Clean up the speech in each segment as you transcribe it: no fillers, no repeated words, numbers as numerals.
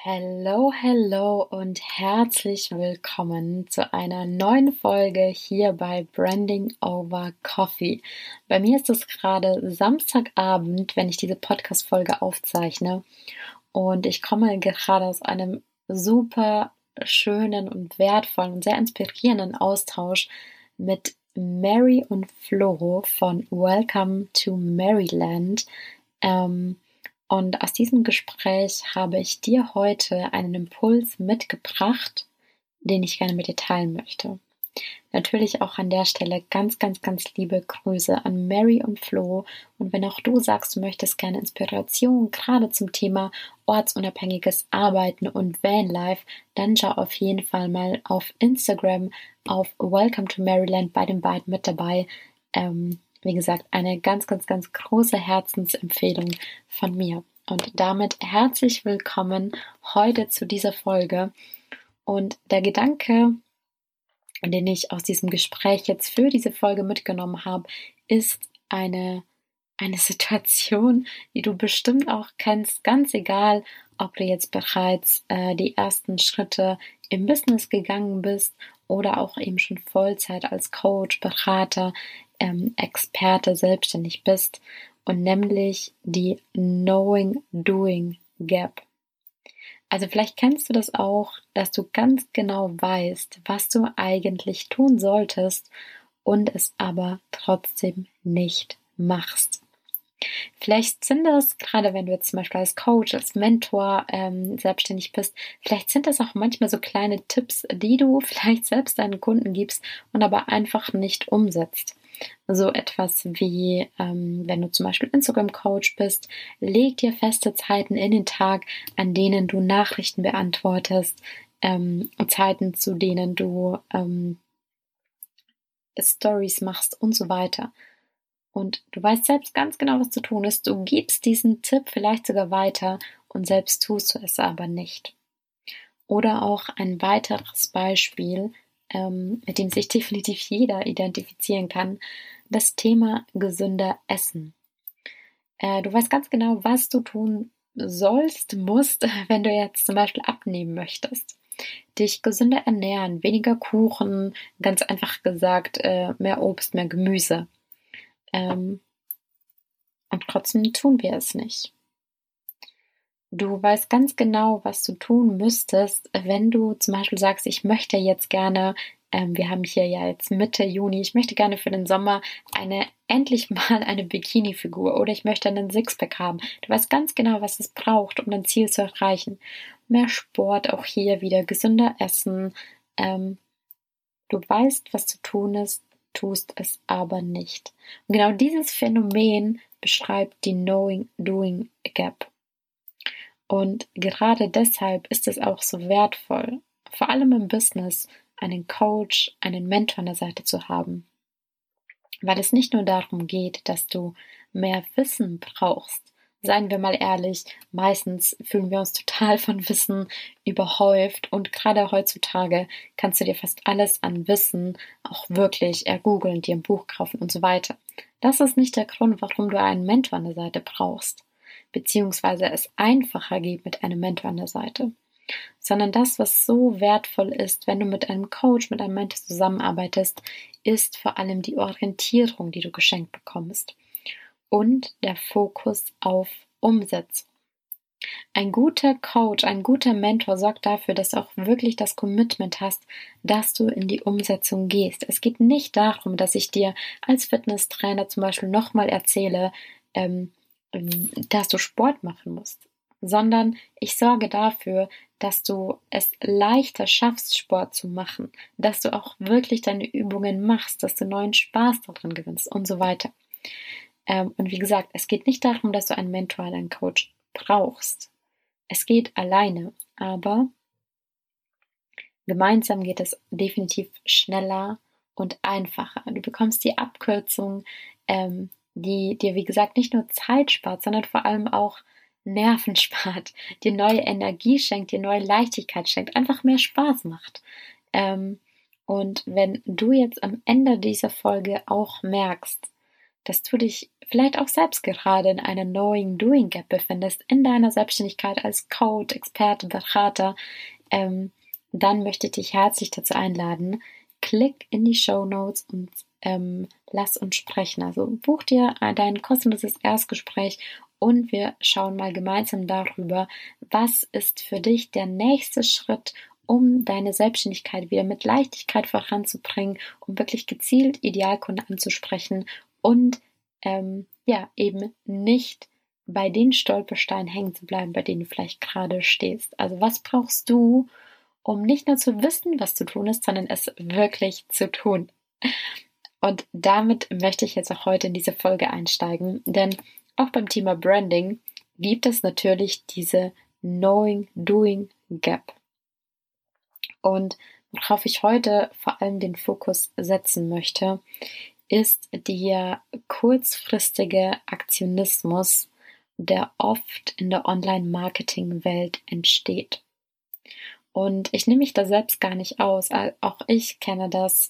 Hello und herzlich willkommen zu einer neuen Folge hier bei Branding over Coffee. Bei mir ist es gerade Samstagabend, wenn ich diese Podcast-Folge aufzeichne, und ich komme gerade aus einem super schönen und wertvollen und sehr inspirierenden Austausch mit Mary und Flo von Welcome to Maryland. Und aus diesem Gespräch habe ich dir heute einen Impuls mitgebracht, den ich gerne mit dir teilen möchte. Natürlich auch an der Stelle ganz liebe Grüße an Mary und Flo. Und wenn auch du sagst, du möchtest gerne Inspiration gerade zum Thema ortsunabhängiges Arbeiten und Vanlife, dann schau auf jeden Fall mal auf Instagram auf Welcome to Maryland bei den beiden mit dabei. Wie gesagt, eine ganz große Herzensempfehlung von mir. Und damit herzlich willkommen heute zu dieser Folge. Und der Gedanke, den ich aus diesem Gespräch jetzt für diese Folge mitgenommen habe, ist eine Situation, die du bestimmt auch kennst, ganz egal, ob du jetzt bereits die ersten Schritte im Business gegangen bist oder auch eben schon Vollzeit als Coach, Berater, Experte selbstständig bist, und nämlich die Knowing-Doing Gap. Also vielleicht kennst du das auch, dass du ganz genau weißt, was du eigentlich tun solltest und es aber trotzdem nicht machst. Vielleicht sind das, gerade wenn du jetzt zum Beispiel als Coach, als Mentor selbstständig bist, vielleicht sind das auch manchmal so kleine Tipps, die du vielleicht selbst deinen Kunden gibst und aber einfach nicht umsetzt. So etwas wie, wenn du zum Beispiel Instagram-Coach bist, leg dir feste Zeiten in den Tag, an denen du Nachrichten beantwortest, Zeiten, zu denen du Stories machst und so weiter. Und du weißt selbst ganz genau, was zu tun ist. Du gibst diesen Tipp vielleicht sogar weiter und selbst tust du es aber nicht. Oder auch ein weiteres Beispiel, mit dem sich definitiv jeder identifizieren kann, das Thema gesünder Essen. Du weißt ganz genau, was du tun sollst, musst, wenn du jetzt zum Beispiel abnehmen möchtest. Dich gesünder ernähren, weniger Kuchen, ganz einfach gesagt, mehr Obst, mehr Gemüse. Und trotzdem tun wir es nicht. Du weißt ganz genau, was du tun müsstest, wenn du zum Beispiel sagst, ich möchte jetzt gerne, wir haben hier ja jetzt Mitte Juni, ich möchte gerne für den Sommer endlich mal eine Bikini-Figur, oder ich möchte einen Sixpack haben. Du weißt ganz genau, was es braucht, um dein Ziel zu erreichen. Mehr Sport, auch hier wieder gesünder essen. Du weißt, was zu tun ist, tust es aber nicht. Und genau dieses Phänomen beschreibt die Knowing-Doing Gap. Und gerade deshalb ist es auch so wertvoll, vor allem im Business, einen Coach, einen Mentor an der Seite zu haben. Weil es nicht nur darum geht, dass du mehr Wissen brauchst. Seien wir mal ehrlich, meistens fühlen wir uns total von Wissen überhäuft, und gerade heutzutage kannst du dir fast alles an Wissen auch wirklich ergoogeln, dir ein Buch kaufen und so weiter. Das ist nicht der Grund, warum du einen Mentor an der Seite brauchst, beziehungsweise es einfacher geht mit einem Mentor an der Seite, sondern das, was so wertvoll ist, wenn du mit einem Coach, mit einem Mentor zusammenarbeitest, ist vor allem die Orientierung, die du geschenkt bekommst, und der Fokus auf Umsetzung. Ein guter Coach, ein guter Mentor sorgt dafür, dass du auch wirklich das Commitment hast, dass du in die Umsetzung gehst. Es geht nicht darum, dass ich dir als Fitnesstrainer zum Beispiel nochmal erzähle, dass du Sport machen musst, sondern ich sorge dafür, dass du es leichter schaffst, Sport zu machen, dass du auch wirklich deine Übungen machst, dass du neuen Spaß daran gewinnst und so weiter. Und wie gesagt, es geht nicht darum, dass du einen Mentor, einen Coach brauchst. Es geht alleine, aber gemeinsam geht es definitiv schneller und einfacher. Du bekommst die Abkürzung, die dir, wie gesagt, nicht nur Zeit spart, sondern vor allem auch Nerven spart, dir neue Energie schenkt, dir neue Leichtigkeit schenkt, einfach mehr Spaß macht. Und wenn du jetzt am Ende dieser Folge auch merkst, dass du dich vielleicht auch selbst gerade in einer Knowing Doing Gap befindest, in deiner Selbstständigkeit als Coach, Experte, Berater, dann möchte ich dich herzlich dazu einladen, klick in die Shownotes und lass uns sprechen. Also buch dir dein kostenloses Erstgespräch und wir schauen mal gemeinsam darüber, was ist für dich der nächste Schritt, um deine Selbstständigkeit wieder mit Leichtigkeit voranzubringen, um wirklich gezielt Idealkunden anzusprechen und eben nicht bei den Stolpersteinen hängen zu bleiben, bei denen du vielleicht gerade stehst. Also was brauchst du, um nicht nur zu wissen, was zu tun ist, sondern es wirklich zu tun? Und damit möchte ich jetzt auch heute in diese Folge einsteigen, denn auch beim Thema Branding gibt es natürlich diese Knowing-Doing-Gap. Und worauf ich heute vor allem den Fokus setzen möchte, ist der kurzfristige Aktionismus, der oft in der Online-Marketing-Welt entsteht. Und ich nehme mich da selbst gar nicht aus. Auch ich kenne das,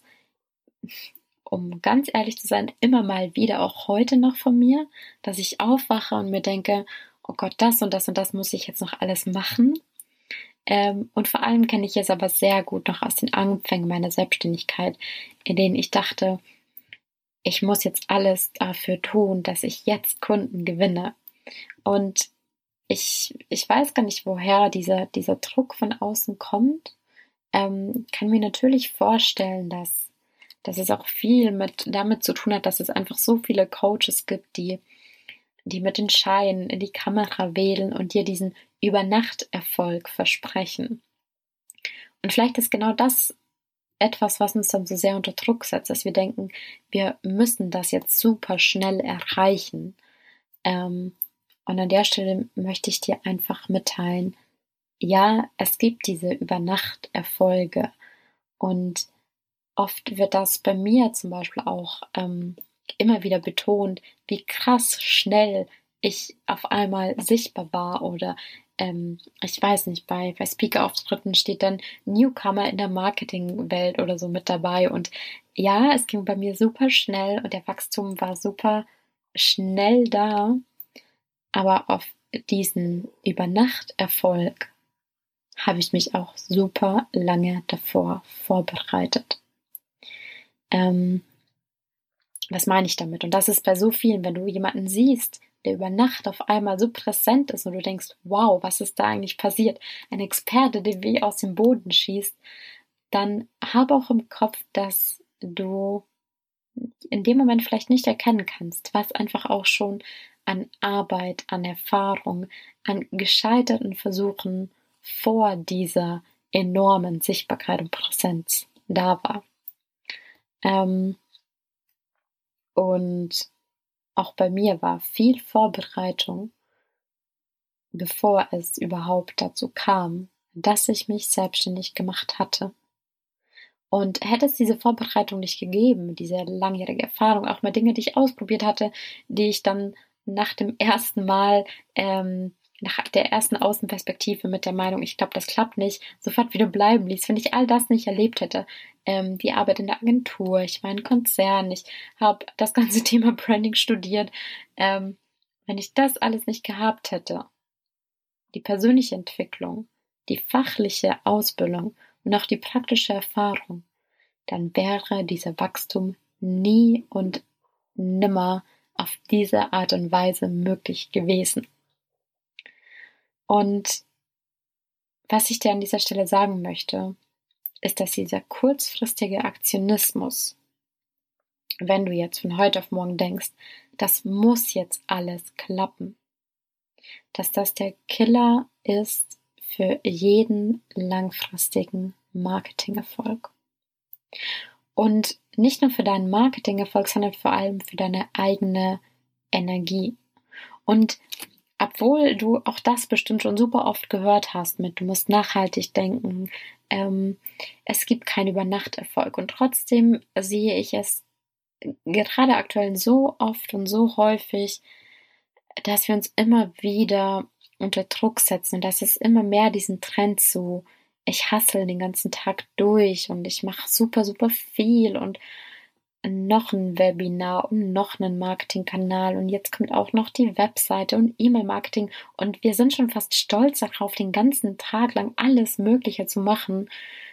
um ganz ehrlich zu sein, immer mal wieder, auch heute noch von mir, dass ich aufwache und mir denke, oh Gott, das und das und das muss ich jetzt noch alles machen. Und vor allem kenne ich es aber sehr gut noch aus den Anfängen meiner Selbstständigkeit, in denen ich dachte, ich muss jetzt alles dafür tun, dass ich jetzt Kunden gewinne. Und ich weiß gar nicht, woher dieser Druck von außen kommt. Kann mir natürlich vorstellen, dass es auch viel damit zu tun hat, dass es einfach so viele Coaches gibt, die mit den Scheinen in die Kamera wählen und dir diesen Übernachterfolg versprechen. Und vielleicht ist genau das etwas, was uns dann so sehr unter Druck setzt, dass wir denken, wir müssen das jetzt super schnell erreichen. Und an der Stelle möchte ich dir einfach mitteilen, ja, es gibt diese Übernachterfolge und oft wird das bei mir zum Beispiel auch immer wieder betont, wie krass schnell ich auf einmal sichtbar war oder ich weiß nicht, bei Speaker-Auftritten steht dann Newcomer in der Marketingwelt oder so mit dabei und ja, es ging bei mir super schnell und der Wachstum war super schnell da, aber auf diesen Übernachterfolg habe ich mich auch super lange davor vorbereitet. Was meine ich damit? Und das ist bei so vielen, wenn du jemanden siehst, der über Nacht auf einmal so präsent ist und du denkst, wow, was ist da eigentlich passiert? Ein Experte, der wie aus dem Boden schießt, dann habe auch im Kopf, dass du in dem Moment vielleicht nicht erkennen kannst, was einfach auch schon an Arbeit, an Erfahrung, an gescheiterten Versuchen vor dieser enormen Sichtbarkeit und Präsenz da war. Und auch bei mir war viel Vorbereitung, bevor es überhaupt dazu kam, dass ich mich selbstständig gemacht hatte. Und hätte es diese Vorbereitung nicht gegeben, diese langjährige Erfahrung, auch mal Dinge, die ich ausprobiert hatte, die ich dann nach dem ersten Mal, nach der ersten Außenperspektive mit der Meinung, ich glaube, das klappt nicht, sofort wieder bleiben ließ, wenn ich all das nicht erlebt hätte. Die Arbeit in der Agentur, ich war in Konzern, ich habe das ganze Thema Branding studiert. Wenn ich das alles nicht gehabt hätte, die persönliche Entwicklung, die fachliche Ausbildung und auch die praktische Erfahrung, dann wäre dieser Wachstum nie und nimmer auf diese Art und Weise möglich gewesen. Und was ich dir an dieser Stelle sagen möchte, ist, dass dieser kurzfristige Aktionismus, wenn du jetzt von heute auf morgen denkst, das muss jetzt alles klappen, dass das der Killer ist für jeden langfristigen Marketingerfolg. Und nicht nur für deinen Marketingerfolg, sondern vor allem für deine eigene Energie. Und obwohl du auch das bestimmt schon super oft gehört hast mit, du musst nachhaltig denken, es gibt keinen Übernachterfolg. Und trotzdem sehe ich es gerade aktuell so oft und so häufig, dass wir uns immer wieder unter Druck setzen und dass es immer mehr diesen Trend zu, ich hustle den ganzen Tag durch und ich mache super, super viel und noch ein Webinar und noch einen Marketingkanal und jetzt kommt auch noch die Webseite und E-Mail-Marketing und wir sind schon fast stolz darauf, den ganzen Tag lang alles Mögliche zu machen,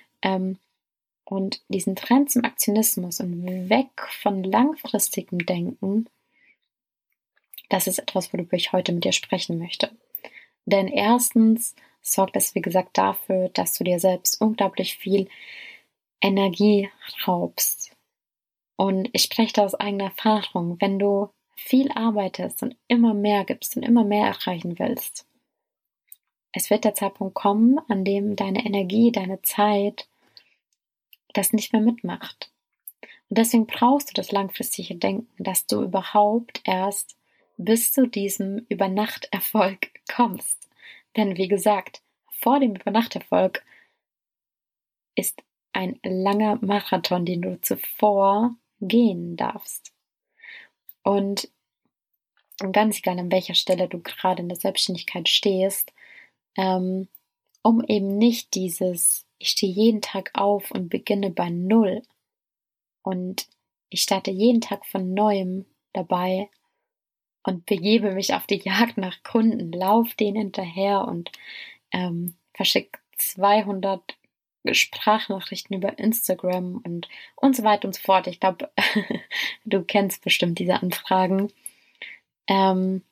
und diesen Trend zum Aktionismus und weg von langfristigem Denken, das ist etwas, worüber ich heute mit dir sprechen möchte. Denn erstens sorgt es, wie gesagt, dafür, dass du dir selbst unglaublich viel Energie raubst. Und ich spreche da aus eigener Erfahrung, wenn du viel arbeitest und immer mehr gibst und immer mehr erreichen willst, es wird der Zeitpunkt kommen, an dem deine Energie, deine Zeit das nicht mehr mitmacht. Und deswegen brauchst du das langfristige Denken, dass du überhaupt erst bis zu diesem Übernachterfolg kommst. Denn wie gesagt, vor dem Übernachterfolg ist ein langer Marathon, den du zuvor gehen darfst. Und ganz egal, an welcher Stelle du gerade in der Selbstständigkeit stehst, um eben nicht dieses, ich stehe jeden Tag auf und beginne bei Null und ich starte jeden Tag von Neuem dabei und begebe mich auf die Jagd nach Kunden, lauf denen hinterher und verschicke 200 Sprachnachrichten über Instagram und so weiter und so fort. Ich glaube, du kennst bestimmt diese Anfragen. Genau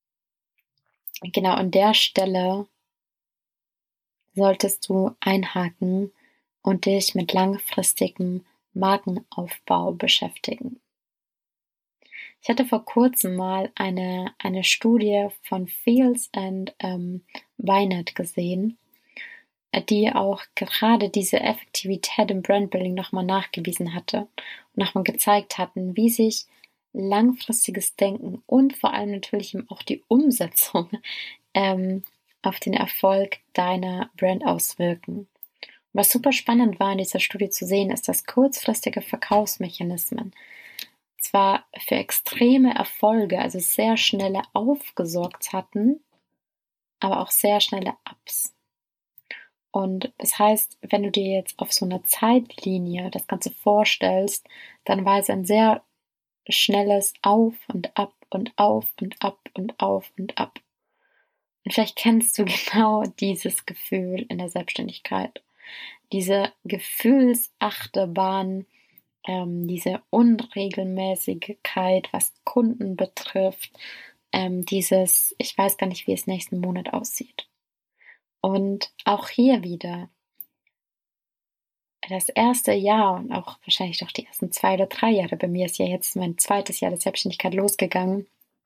an der Stelle solltest du einhaken und dich mit langfristigem Markenaufbau beschäftigen. Ich hatte vor kurzem mal eine Studie von Fields and Wynett gesehen, die auch gerade diese Effektivität im Brandbuilding nochmal nachgewiesen hatte und nochmal gezeigt hatten, wie sich langfristiges Denken und vor allem natürlich eben auch die Umsetzung auf den Erfolg deiner Brand auswirken. Was super spannend war in dieser Studie zu sehen, ist, dass kurzfristige Verkaufsmechanismen zwar für extreme Erfolge, also sehr schnelle Aufs gesorgt hatten, aber auch sehr schnelle Ups. Und das heißt, wenn du dir jetzt auf so einer Zeitlinie das Ganze vorstellst, dann war es ein sehr schnelles Auf und Ab und Auf und Ab und Auf und Ab. Und vielleicht kennst du genau dieses Gefühl in der Selbstständigkeit. Diese Gefühlsachterbahn, diese Unregelmäßigkeit, was Kunden betrifft, dieses, ich weiß gar nicht, wie es nächsten Monat aussieht. Und auch hier wieder, das erste Jahr und auch wahrscheinlich doch die ersten 2 oder 3 Jahre, bei mir ist ja jetzt mein zweites Jahr der Selbstständigkeit losgegangen.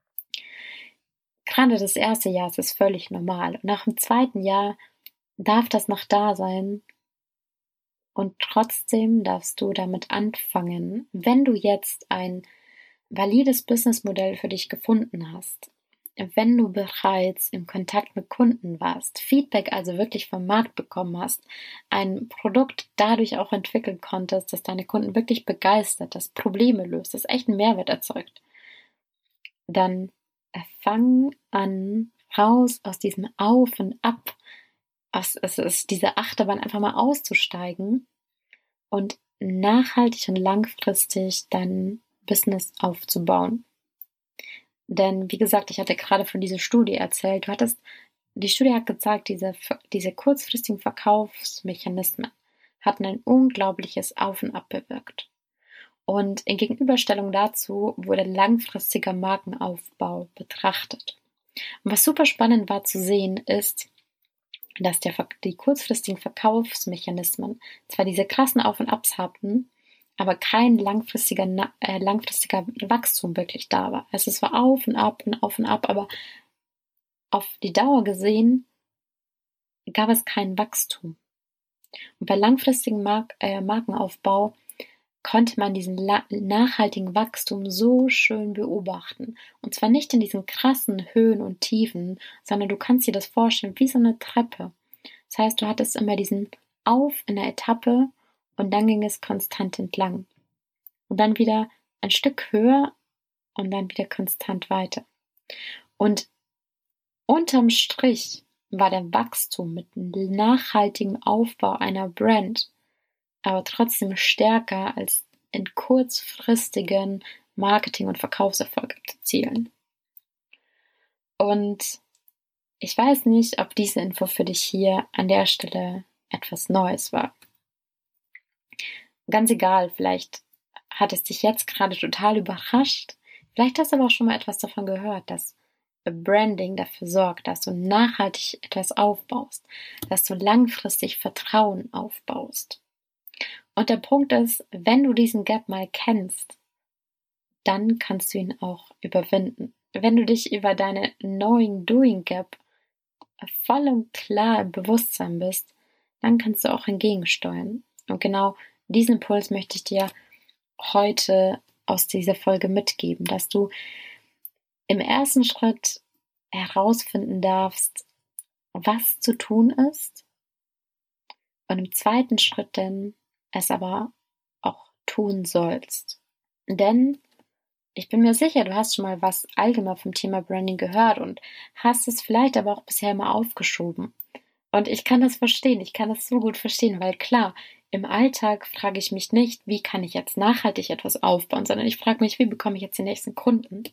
Gerade das erste Jahr ist es völlig normal. Und nach dem zweiten Jahr darf das noch da sein. Und trotzdem darfst du damit anfangen, wenn du jetzt ein valides Businessmodell für dich gefunden hast, wenn du bereits im Kontakt mit Kunden warst, Feedback also wirklich vom Markt bekommen hast, ein Produkt dadurch auch entwickeln konntest, dass deine Kunden wirklich begeistert, das Probleme löst, das echt einen Mehrwert erzeugt, dann fang an, raus aus diesem Auf und Ab, es ist diese Achterbahn einfach mal auszusteigen und nachhaltig und langfristig dein Business aufzubauen. Denn wie gesagt, ich hatte gerade von dieser Studie erzählt. Die Studie hat gezeigt, diese kurzfristigen Verkaufsmechanismen hatten ein unglaubliches Auf und Ab bewirkt. Und in Gegenüberstellung dazu wurde langfristiger Markenaufbau betrachtet. Und was super spannend war zu sehen, ist, dass die kurzfristigen Verkaufsmechanismen zwar diese krassen Auf und Abs hatten, aber kein langfristiger Wachstum wirklich da war. Also es war auf und ab und auf und ab, aber auf die Dauer gesehen gab es kein Wachstum. Und bei langfristigem Markenaufbau konnte man diesen nachhaltigen Wachstum so schön beobachten. Und zwar nicht in diesen krassen Höhen und Tiefen, sondern du kannst dir das vorstellen wie so eine Treppe. Das heißt, du hattest immer diesen Auf in der Etappe und dann ging es konstant entlang. Und dann wieder ein Stück höher und dann wieder konstant weiter. Und unterm Strich war der Wachstum mit nachhaltigem Aufbau einer Brand aber trotzdem stärker als in kurzfristigen Marketing- und Verkaufserfolg zu erzielen. Und ich weiß nicht, ob diese Info für dich hier an der Stelle etwas Neues war. Ganz egal, vielleicht hat es dich jetzt gerade total überrascht. Vielleicht hast du aber auch schon mal etwas davon gehört, dass Branding dafür sorgt, dass du nachhaltig etwas aufbaust, dass du langfristig Vertrauen aufbaust. Und der Punkt ist, wenn du diesen Gap mal kennst, dann kannst du ihn auch überwinden. Wenn du dich über deine Knowing-Doing-Gap voll und klar im Bewusstsein bist, dann kannst du auch entgegensteuern. Und genau diesen Impuls möchte ich dir heute aus dieser Folge mitgeben, dass du im ersten Schritt herausfinden darfst, was zu tun ist, und im zweiten Schritt dann es aber auch tun sollst. Denn ich bin mir sicher, du hast schon mal was allgemein vom Thema Branding gehört und hast es vielleicht aber auch bisher mal aufgeschoben. Und ich kann das verstehen, ich kann das so gut verstehen, weil klar, im Alltag frage ich mich nicht, wie kann ich jetzt nachhaltig etwas aufbauen, sondern ich frage mich, wie bekomme ich jetzt den nächsten Kunden?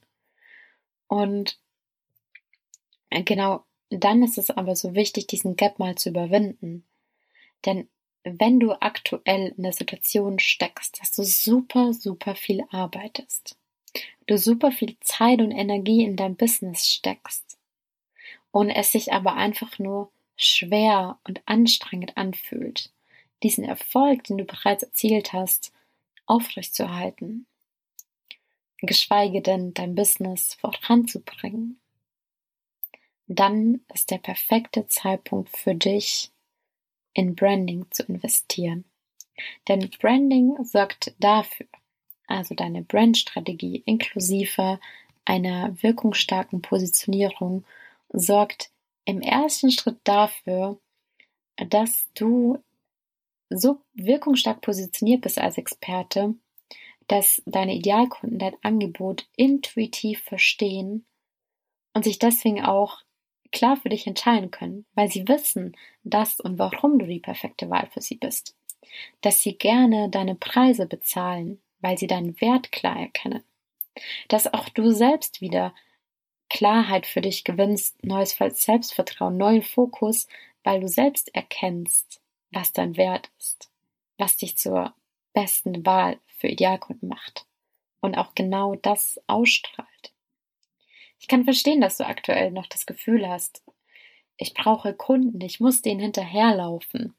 Und genau dann ist es aber so wichtig, diesen Gap mal zu überwinden. Denn wenn du aktuell in der Situation steckst, dass du super, super viel arbeitest, du super viel Zeit und Energie in dein Business steckst und es sich aber einfach nur schwer und anstrengend anfühlt, diesen Erfolg, den du bereits erzielt hast, aufrechtzuerhalten, geschweige denn dein Business voranzubringen, dann ist der perfekte Zeitpunkt für dich, in Branding zu investieren. Denn Branding sorgt dafür, also deine Brandstrategie inklusive einer wirkungsstarken Positionierung, sorgt im ersten Schritt dafür, dass du so wirkungsstark positioniert bist als Experte, dass deine Idealkunden dein Angebot intuitiv verstehen und sich deswegen auch klar für dich entscheiden können, weil sie wissen, dass und warum du die perfekte Wahl für sie bist. Dass sie gerne deine Preise bezahlen, weil sie deinen Wert klar erkennen. Dass auch du selbst wieder Klarheit für dich gewinnst, neues Selbstvertrauen, neuen Fokus, weil du selbst erkennst, was dein Wert ist, was dich zur besten Wahl für Idealkunden macht und auch genau das ausstrahlt. Ich kann verstehen, dass du aktuell noch das Gefühl hast, ich brauche Kunden, ich muss denen hinterherlaufen.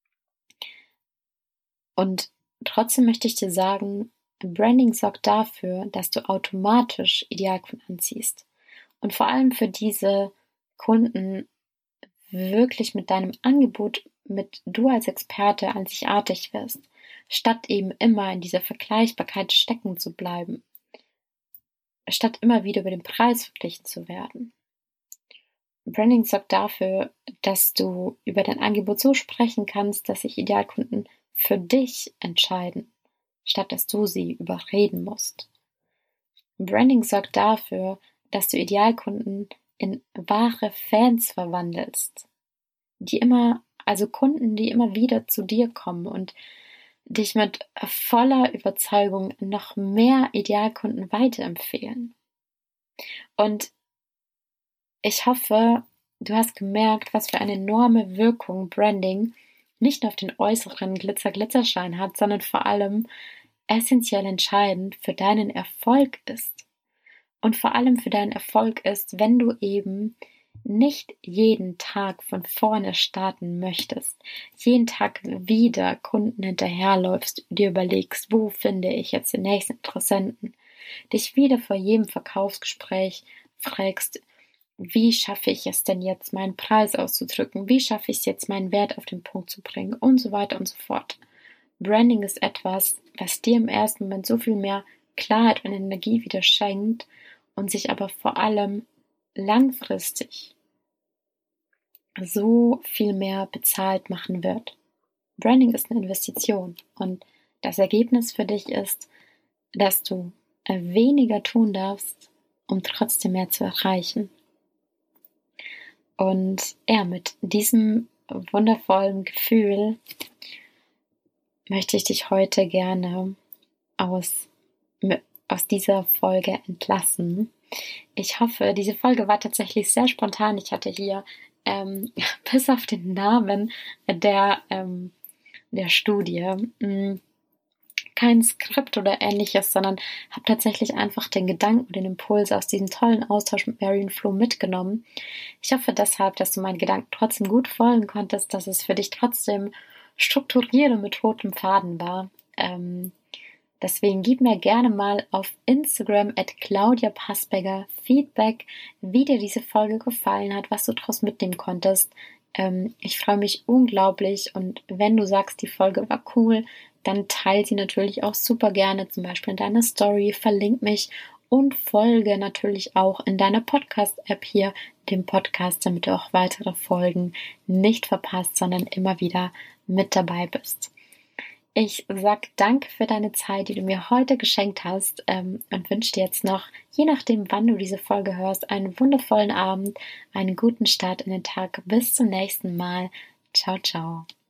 Und trotzdem möchte ich dir sagen, Branding sorgt dafür, dass du automatisch Idealkunden anziehst. Und vor allem für diese Kunden wirklich mit deinem Angebot, mit du als Experte einzigartig wirst, statt eben immer in dieser Vergleichbarkeit stecken zu bleiben, statt immer wieder über den Preis verglichen zu werden. Branding sorgt dafür, dass du über dein Angebot so sprechen kannst, dass sich Idealkunden für dich entscheiden, statt dass du sie überreden musst. Branding sorgt dafür, dass du Idealkunden in wahre Fans verwandelst, also Kunden, die immer wieder zu dir kommen und dich mit voller Überzeugung noch mehr Idealkunden weiterempfehlen. Und ich hoffe, du hast gemerkt, was für eine enorme Wirkung Branding nicht nur auf den äußeren Glitzer-Glitzerschein hat, sondern vor allem essentiell entscheidend für deinen Erfolg ist. Und vor allem für deinen Erfolg ist, wenn du eben nicht jeden Tag von vorne starten möchtest, jeden Tag wieder Kunden hinterherläufst, dir überlegst, wo finde ich jetzt den nächsten Interessenten, dich wieder vor jedem Verkaufsgespräch fragst, wie schaffe ich es denn jetzt, meinen Preis auszudrücken, wie schaffe ich es jetzt, meinen Wert auf den Punkt zu bringen und so weiter und so fort. Branding ist etwas, was dir im ersten Moment so viel mehr Klarheit und Energie wieder schenkt und sich aber vor allem langfristig so viel mehr bezahlt machen wird. Branding ist eine Investition und das Ergebnis für dich ist, dass du weniger tun darfst, um trotzdem mehr zu erreichen. Und ja, mit diesem wundervollen Gefühl möchte ich dich heute gerne aus, aus dieser Folge entlassen. Ich hoffe, diese Folge war tatsächlich sehr spontan. Ich hatte hier bis auf den Namen der Studie kein Skript oder ähnliches, sondern habe tatsächlich einfach den Gedanken und den Impuls aus diesem tollen Austausch mit Mary und Flo mitgenommen. Ich hoffe deshalb, dass du meinen Gedanken trotzdem gut folgen konntest, dass es für dich trotzdem strukturiert und mit rotem Faden war. Deswegen gib mir gerne mal auf Instagram @claudia_passberger Feedback, wie dir diese Folge gefallen hat, was du daraus mitnehmen konntest. Ich freue mich unglaublich, und wenn du sagst, die Folge war cool, dann teile sie natürlich auch super gerne, zum Beispiel in deiner Story, verlink mich und folge natürlich auch in deiner Podcast-App hier, dem Podcast, damit du auch weitere Folgen nicht verpasst, sondern immer wieder mit dabei bist. Ich sag danke für deine Zeit, die du mir heute geschenkt hast, und wünsche dir jetzt noch, je nachdem, wann du diese Folge hörst, einen wundervollen Abend, einen guten Start in den Tag. Bis zum nächsten Mal. Ciao, ciao.